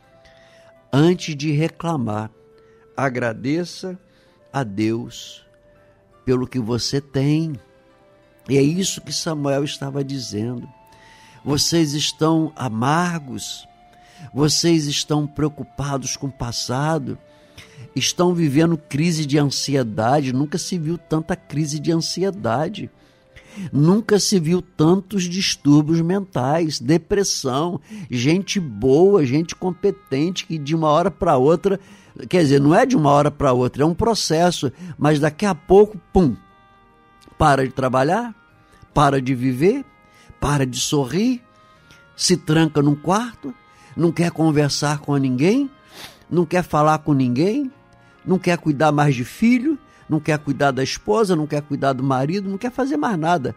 Antes de reclamar, agradeça a Deus pelo que você tem. E é isso que Samuel estava dizendo. Vocês estão amargos, vocês estão preocupados com o passado, estão vivendo crise de ansiedade. Nunca se viu tanta crise de ansiedade, nunca se viu tantos distúrbios mentais, depressão, gente boa, gente competente que de uma hora para outra, quer dizer, não é de uma hora para outra, é um processo, mas daqui a pouco, pum, para de trabalhar, para de viver, para de sorrir, se tranca num quarto, não quer conversar com ninguém, não quer falar com ninguém, não quer cuidar mais de filho, não quer cuidar da esposa, não quer cuidar do marido, não quer fazer mais nada.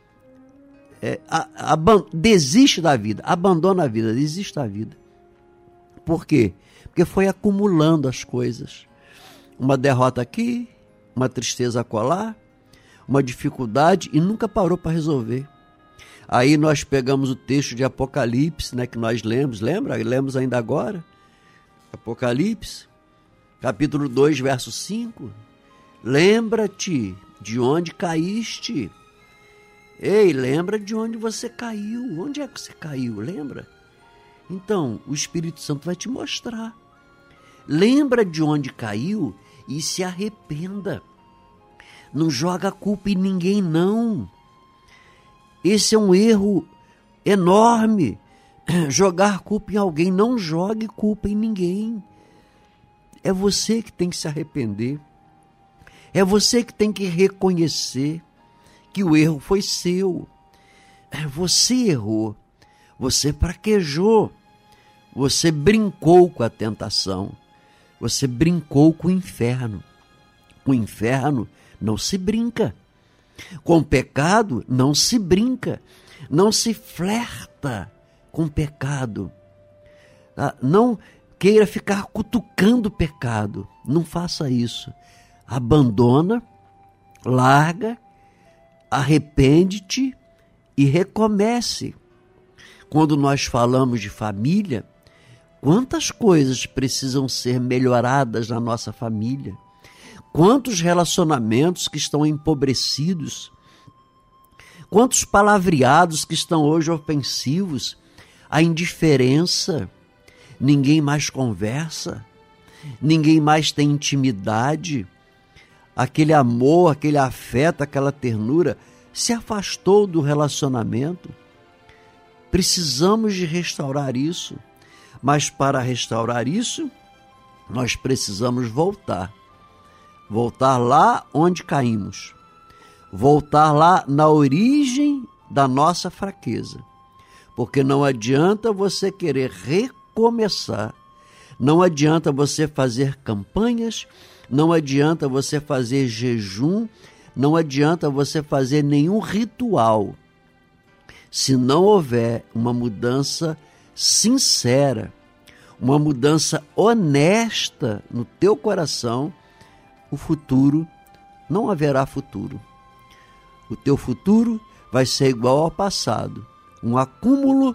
Desiste da vida, abandona a vida, desiste da vida. Por quê? Porque foi acumulando as coisas. Uma derrota aqui, uma tristeza acolá, uma dificuldade, e nunca parou para resolver. Aí nós pegamos o texto de Apocalipse, né, que nós lemos, lembra? Lemos ainda agora. Apocalipse, capítulo 2, verso 5. Lembra-te de onde caíste. Ei, lembra de onde você caiu. Onde é que você caiu? Lembra? Então, o Espírito Santo vai te mostrar. Lembra de onde caiu e se arrependa. Não joga a culpa em ninguém, não. Esse é um erro enorme. Jogar culpa em alguém. Não jogue culpa em ninguém. É você que tem que se arrepender. É você que tem que reconhecer que o erro foi seu. Você errou. Você fraquejou. Você brincou com a tentação. Você brincou com o inferno. Com o inferno não se brinca. Com o pecado não se brinca. Não se flerta com o pecado. Não queira ficar cutucando o pecado. Não faça isso. Abandona, larga, arrepende-te e recomece. Quando nós falamos de família, quantas coisas precisam ser melhoradas na nossa família? Quantos relacionamentos que estão empobrecidos? Quantos palavreados que estão hoje ofensivos? A indiferença, ninguém mais conversa, ninguém mais tem intimidade. Aquele amor, aquele afeto, aquela ternura se afastou do relacionamento. Precisamos de restaurar isso, mas para restaurar isso, nós precisamos voltar lá onde caímos, voltar lá na origem da nossa fraqueza, porque não adianta você querer recomeçar, não adianta você fazer campanhas, não adianta você fazer jejum, não adianta você fazer nenhum ritual. Se não houver uma mudança sincera, uma mudança honesta no teu coração, o futuro, não haverá futuro. O teu futuro vai ser igual ao passado, um acúmulo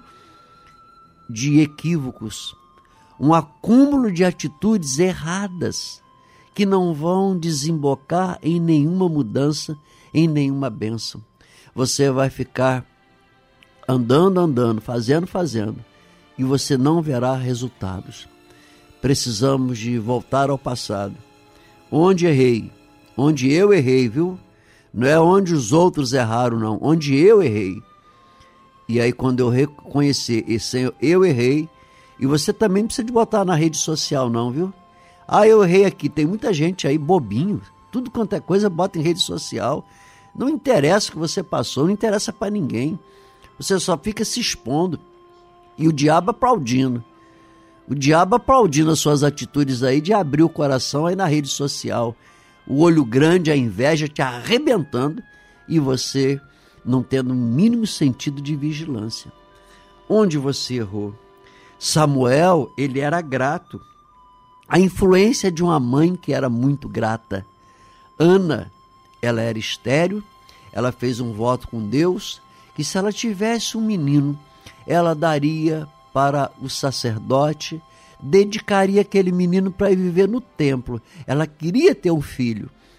de equívocos, um acúmulo de atitudes erradas, que não vão desembocar em nenhuma mudança, em nenhuma bênção. Você vai ficar andando, fazendo, e você não verá resultados. Precisamos de voltar ao passado. Onde errei? Onde eu errei, viu? Não é onde os outros erraram, não. Onde eu errei. E aí, quando eu reconhecer esse eu errei, e você também não precisa de botar na rede social, não, viu? Eu errei aqui. Tem muita gente aí bobinho. Tudo quanto é coisa bota em rede social. Não interessa o que você passou, não interessa para ninguém. Você só fica se expondo. E o diabo aplaudindo. O diabo aplaudindo as suas atitudes aí de abrir o coração aí na rede social. O olho grande, a inveja te arrebentando e você não tendo o mínimo sentido de vigilância. Onde você errou? Samuel, ele era grato. A influência de uma mãe que era muito grata. Ana, ela era estéril, ela fez um voto com Deus que se ela tivesse um menino, ela daria para o sacerdote, dedicaria aquele menino para viver no templo. Ela queria ter um filho.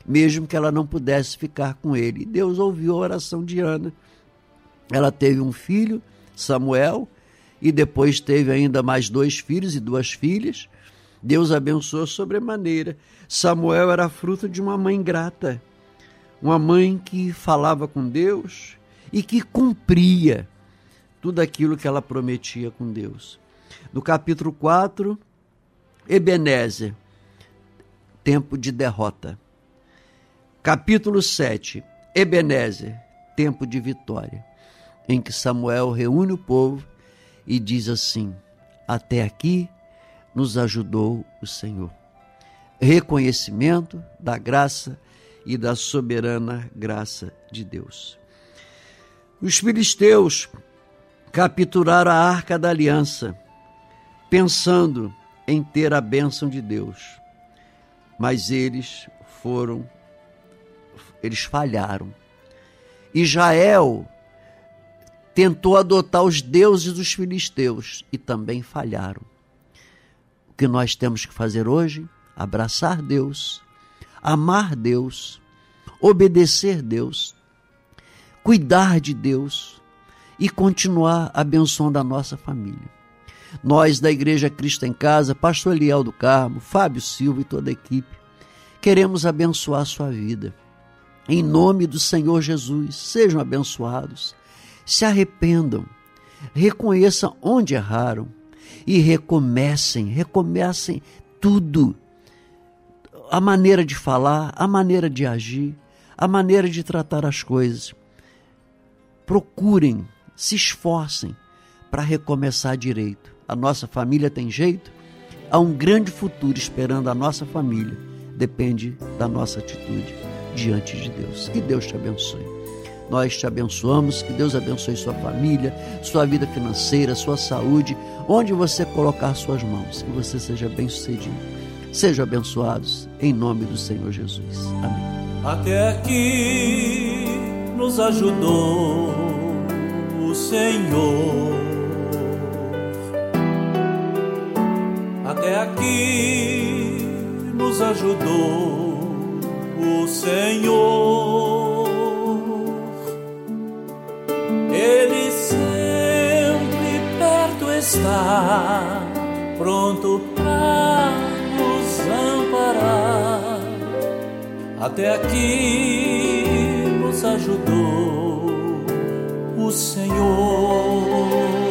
mesmo que ela não pudesse ficar com ele. E Deus ouviu a oração de Ana. Ela teve um filho, Samuel, e depois teve ainda mais 2 filhos e 2 filhas. Deus abençoou sobremaneira. Samuel era fruto de uma mãe grata, uma mãe que falava com Deus e que cumpria tudo aquilo que ela prometia com Deus. No capítulo 4, Ebenezer, tempo de derrota. Capítulo 7, Ebenezer, tempo de vitória, em que Samuel reúne o povo e diz assim: até aqui nos ajudou o Senhor. Reconhecimento da graça e da soberana graça de Deus. Os filisteus capturaram a Arca da Aliança, pensando em ter a bênção de Deus, mas eles falharam. Israel tentou adotar os deuses dos filisteus e também falharam. O que nós temos que fazer hoje? Abraçar Deus, amar Deus, obedecer Deus, cuidar de Deus e continuar abençoando a nossa família. Nós da Igreja Cristo em Casa, pastor Eliel do Carmo, Fábio Silva e toda a equipe, queremos abençoar a sua vida. Em nome do Senhor Jesus, sejam abençoados, se arrependam, reconheçam onde erraram e recomecem tudo. A maneira de falar, a maneira de agir, a maneira de tratar as coisas. Procurem, se esforcem para recomeçar direito. A nossa família tem jeito? Há um grande futuro esperando a nossa família. Depende da nossa atitude diante de Deus. Que Deus te abençoe. Nós te abençoamos, que Deus abençoe sua família, sua vida financeira, sua saúde, onde você colocar suas mãos, que você seja bem-sucedido. Sejam abençoados, em nome do Senhor Jesus. Amém. Até aqui nos ajudou o Senhor. Até aqui nos ajudou o Senhor. Ele sempre perto está, pronto para nos amparar. Até aqui nos ajudou o Senhor.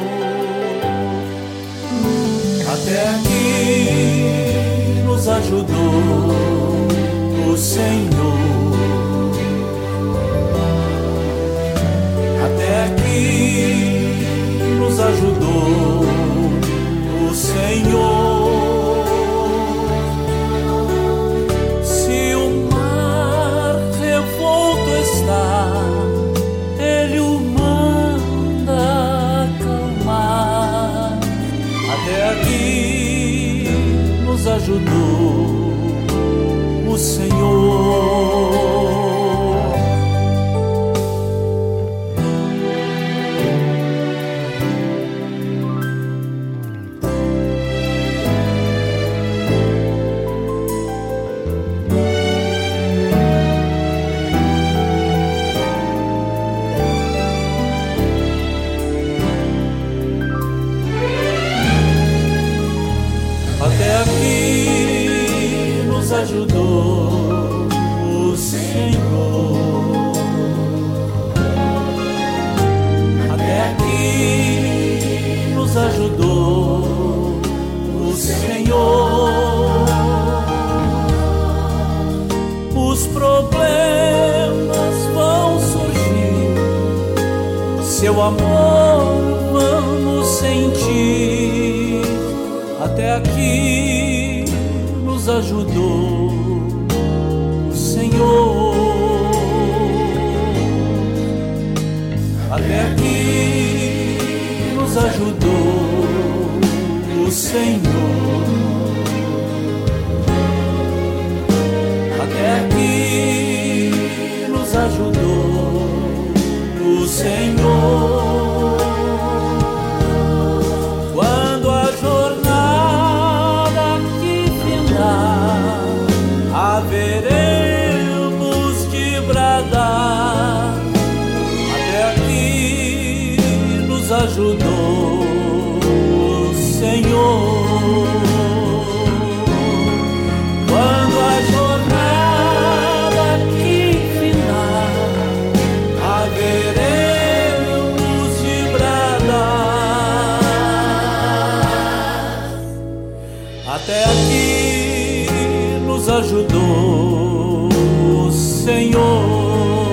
Até aqui nos ajudou o Senhor. Até aqui nos ajudou o Senhor. Se o mar revolto está, Ele o manda acalmar. Até aqui nos ajudou o Senhor. Até aqui nos ajudou o Senhor. Até aqui nos ajudou o Senhor. Os problemas vão surgir, seu amor vamos sentir. Até aqui nos ajudou o Senhor. Até aqui nos ajudou o Senhor. Até aqui nos ajudou o Senhor. Quando a jornada que findar, haveremos ajudou, Senhor.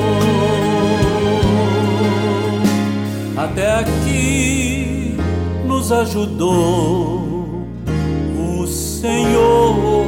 Até aqui nos ajudou o Senhor.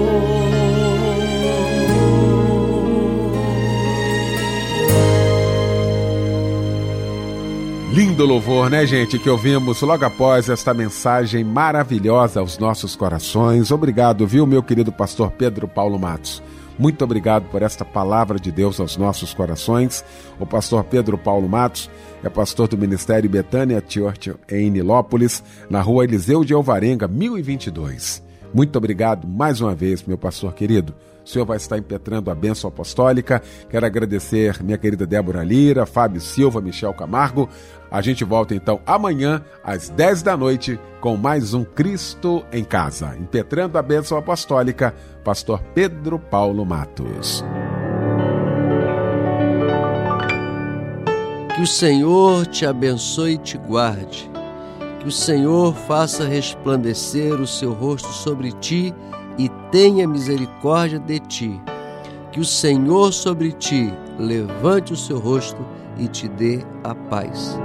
Lindo louvor, né, gente, que ouvimos logo após esta mensagem maravilhosa aos nossos corações. Obrigado, viu, meu querido pastor Pedro Paulo Matos. Muito obrigado por esta palavra de Deus aos nossos corações. O pastor Pedro Paulo Matos é pastor do Ministério Betânia Church em Nilópolis, na rua Eliseu de Alvarenga, 1022. Muito obrigado mais uma vez, meu pastor querido. O senhor vai estar impetrando a bênção apostólica. Quero agradecer minha querida Débora Lira, Fábio Silva, Michel Camargo. A gente volta então amanhã às 10 da noite com mais um Cristo em Casa. Impetrando a bênção apostólica, pastor Pedro Paulo Matos. Que o Senhor te abençoe e te guarde. Que o Senhor faça resplandecer o seu rosto sobre ti e tenha misericórdia de ti. Que o Senhor sobre ti levante o seu rosto e te dê a paz.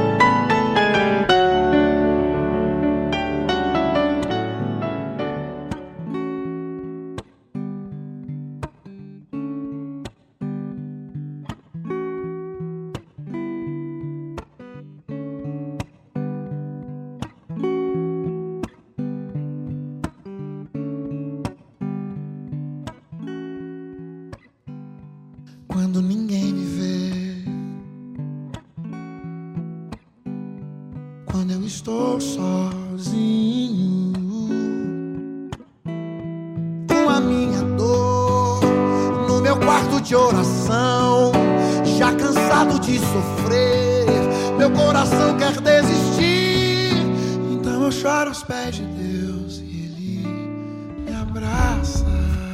Quando ninguém me vê, quando eu estou sozinho, com a minha dor no meu quarto de oração, já cansado de sofrer, meu coração quer desistir. Então eu choro aos pés de Deus e Ele me abraça.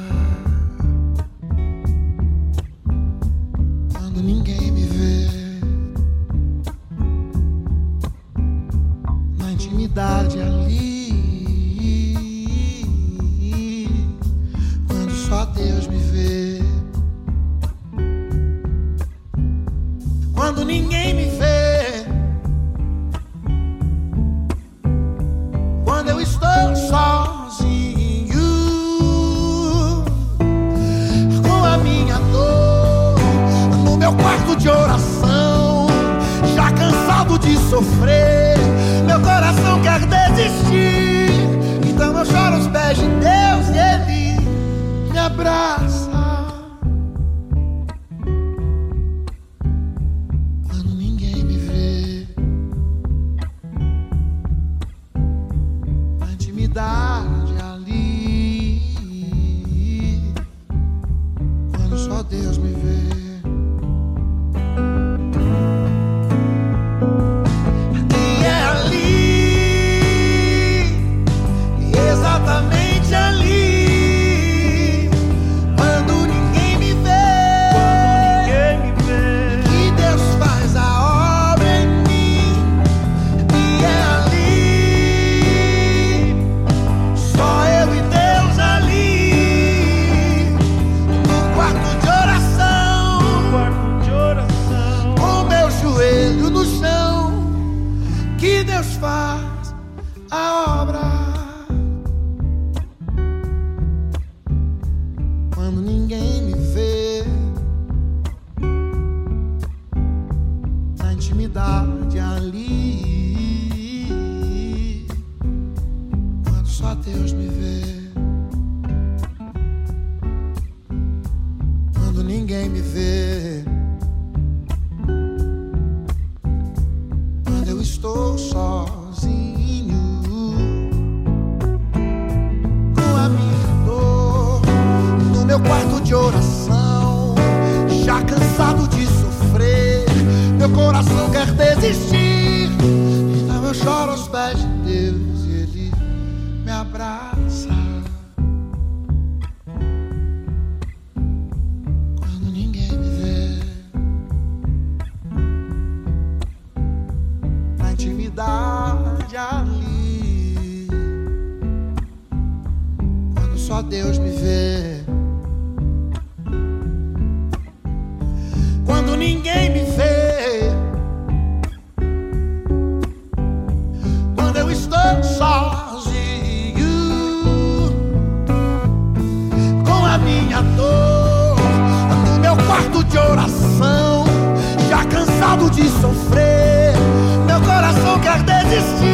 Ninguém me vê, na intimidade ali, quando só Deus me vê. Quando ninguém me vê, quando eu estou sozinho, com a minha dor meu quarto de oração, já cansado de sofrer, meu coração quer desistir. Então eu choro aos pés de Deus e Ele me abraça. Quando ninguém me vê, na intimidade ali, quando só Deus me vê. Faz a obra. Quando ninguém me vê, na intimidade ali, quando só Deus me vê. Quando ninguém me vê, quando eu estou só meu quarto de oração, já cansado de sofrer, meu coração quer desistir. Então eu choro aos pés de Deus e Ele me abraça. Quando ninguém me vê, na intimidade ali, quando só Deus me vê. de sofrer. Meu coração quer desistir.